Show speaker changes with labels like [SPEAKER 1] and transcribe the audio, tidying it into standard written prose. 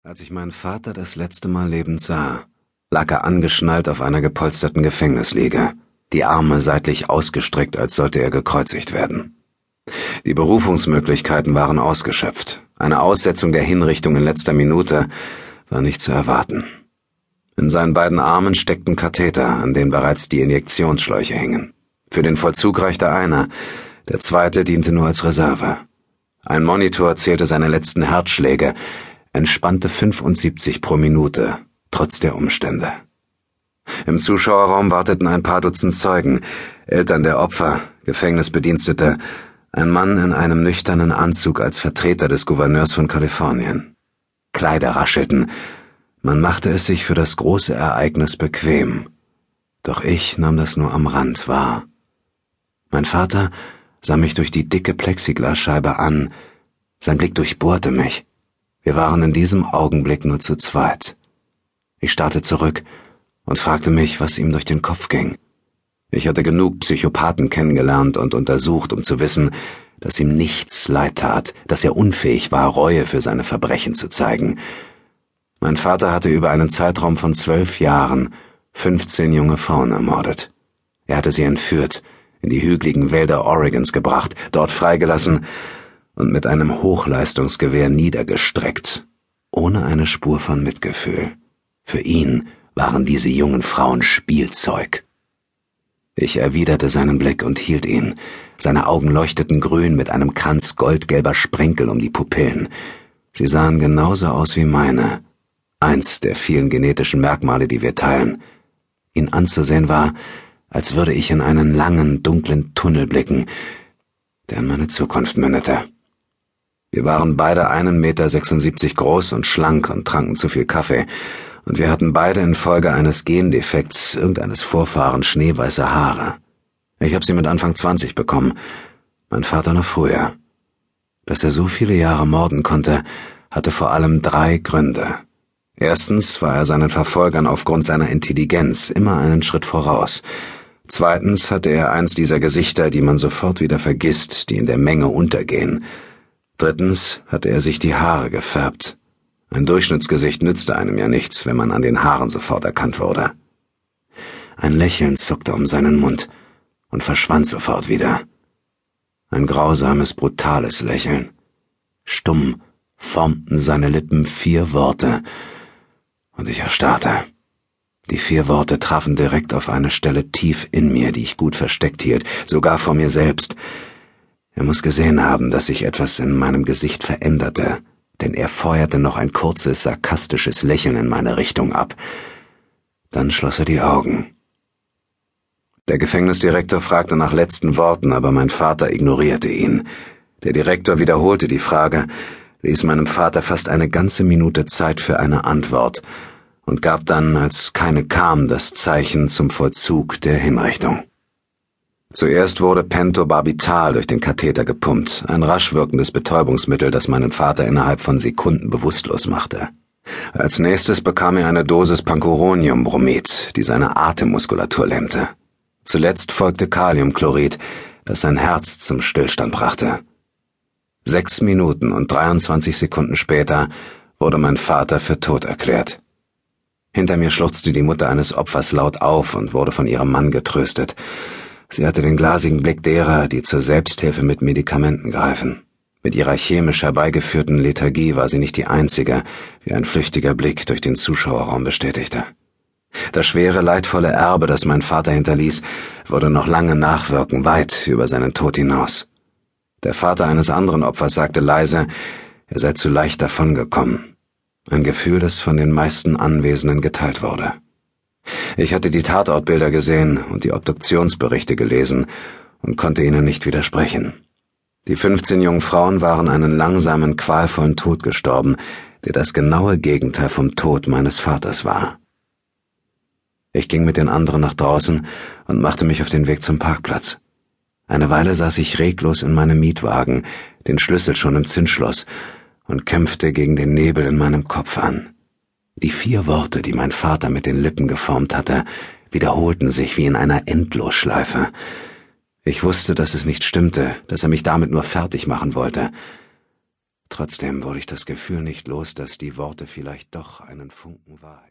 [SPEAKER 1] Als ich meinen Vater das letzte Mal lebend sah, lag er angeschnallt auf einer gepolsterten Gefängnisliege, die Arme seitlich ausgestreckt, als sollte er gekreuzigt werden. Die Berufungsmöglichkeiten waren ausgeschöpft. Eine Aussetzung der Hinrichtung in letzter Minute war nicht zu erwarten. In seinen beiden Armen steckten Katheter, an denen bereits die Injektionsschläuche hingen. Für den Vollzug reichte einer, der zweite diente nur als Reserve. Ein Monitor zählte seine letzten Herzschläge, entspannte 75 pro Minute, trotz der Umstände. Im Zuschauerraum warteten ein paar Dutzend Zeugen, Eltern der Opfer, Gefängnisbedienstete, ein Mann in einem nüchternen Anzug als Vertreter des Gouverneurs von Kalifornien. Kleider raschelten, man machte es sich für das große Ereignis bequem. Doch ich nahm das nur am Rand wahr. Mein Vater sah mich durch die dicke Plexiglasscheibe an, sein Blick durchbohrte mich. Wir waren in diesem Augenblick nur zu zweit. Ich starrte zurück und fragte mich, was ihm durch den Kopf ging. Ich hatte genug Psychopathen kennengelernt und untersucht, um zu wissen, dass ihm nichts leid tat, dass er unfähig war, Reue für seine Verbrechen zu zeigen. Mein Vater hatte über einen Zeitraum von 12 Jahren 15 junge Frauen ermordet. Er hatte sie entführt, in die hügeligen Wälder Oregons gebracht, dort freigelassen und mit einem Hochleistungsgewehr niedergestreckt, ohne eine Spur von Mitgefühl. Für ihn waren diese jungen Frauen Spielzeug. Ich erwiderte seinen Blick und hielt ihn. Seine Augen leuchteten grün mit einem Kranz goldgelber Sprenkel um die Pupillen. Sie sahen genauso aus wie meine. Eins der vielen genetischen Merkmale, die wir teilen. Ihn anzusehen war, als würde ich in einen langen, dunklen Tunnel blicken, der in meine Zukunft mündete. Wir waren beide 1,76 Meter groß und schlank und tranken zu viel Kaffee, und wir hatten beide infolge eines Gendefekts irgendeines Vorfahren schneeweiße Haare. Ich habe sie mit Anfang 20 bekommen, mein Vater noch früher. Dass er so viele Jahre morden konnte, hatte vor allem 3 Gründe. Erstens war er seinen Verfolgern aufgrund seiner Intelligenz immer einen Schritt voraus. Zweitens hatte er eins dieser Gesichter, die man sofort wieder vergisst, die in der Menge untergehen. Drittens hatte er sich die Haare gefärbt. Ein Durchschnittsgesicht nützte einem ja nichts, wenn man an den Haaren sofort erkannt wurde. Ein Lächeln zuckte um seinen Mund und verschwand sofort wieder. Ein grausames, brutales Lächeln. Stumm formten seine Lippen 4 Worte, und ich erstarrte. Die 4 Worte trafen direkt auf eine Stelle tief in mir, die ich gut versteckt hielt, sogar vor mir selbst. Er muss gesehen haben, dass sich etwas in meinem Gesicht veränderte, denn er feuerte noch ein kurzes, sarkastisches Lächeln in meine Richtung ab. Dann schloss er die Augen. Der Gefängnisdirektor fragte nach letzten Worten, aber mein Vater ignorierte ihn. Der Direktor wiederholte die Frage, ließ meinem Vater fast eine ganze Minute Zeit für eine Antwort und gab dann, als keine kam, das Zeichen zum Vollzug der Hinrichtung. Zuerst wurde Pentobarbital durch den Katheter gepumpt, ein rasch wirkendes Betäubungsmittel, das meinen Vater innerhalb von Sekunden bewusstlos machte. Als nächstes bekam er eine Dosis Pancuroniumbromid, die seine Atemmuskulatur lähmte. Zuletzt folgte Kaliumchlorid, das sein Herz zum Stillstand brachte. 6 Minuten und 23 Sekunden später wurde mein Vater für tot erklärt. Hinter mir schluchzte die Mutter eines Opfers laut auf und wurde von ihrem Mann getröstet. Sie hatte den glasigen Blick derer, die zur Selbsthilfe mit Medikamenten greifen. Mit ihrer chemisch herbeigeführten Lethargie war sie nicht die einzige, wie ein flüchtiger Blick durch den Zuschauerraum bestätigte. Das schwere, leidvolle Erbe, das mein Vater hinterließ, würde noch lange nachwirken, weit über seinen Tod hinaus. Der Vater eines anderen Opfers sagte leise, er sei zu leicht davongekommen. Ein Gefühl, das von den meisten Anwesenden geteilt wurde. Ich hatte die Tatortbilder gesehen und die Obduktionsberichte gelesen und konnte ihnen nicht widersprechen. Die 15 jungen Frauen waren einen langsamen, qualvollen Tod gestorben, der das genaue Gegenteil vom Tod meines Vaters war. Ich ging mit den anderen nach draußen und machte mich auf den Weg zum Parkplatz. Eine Weile saß ich reglos in meinem Mietwagen, den Schlüssel schon im Zündschloss, und kämpfte gegen den Nebel in meinem Kopf an. Die 4 Worte, die mein Vater mit den Lippen geformt hatte, wiederholten sich wie in einer Endlosschleife. Ich wusste, dass es nicht stimmte, dass er mich damit nur fertig machen wollte. Trotzdem wurde ich das Gefühl nicht los, dass die Worte vielleicht doch einen Funken Wahrheit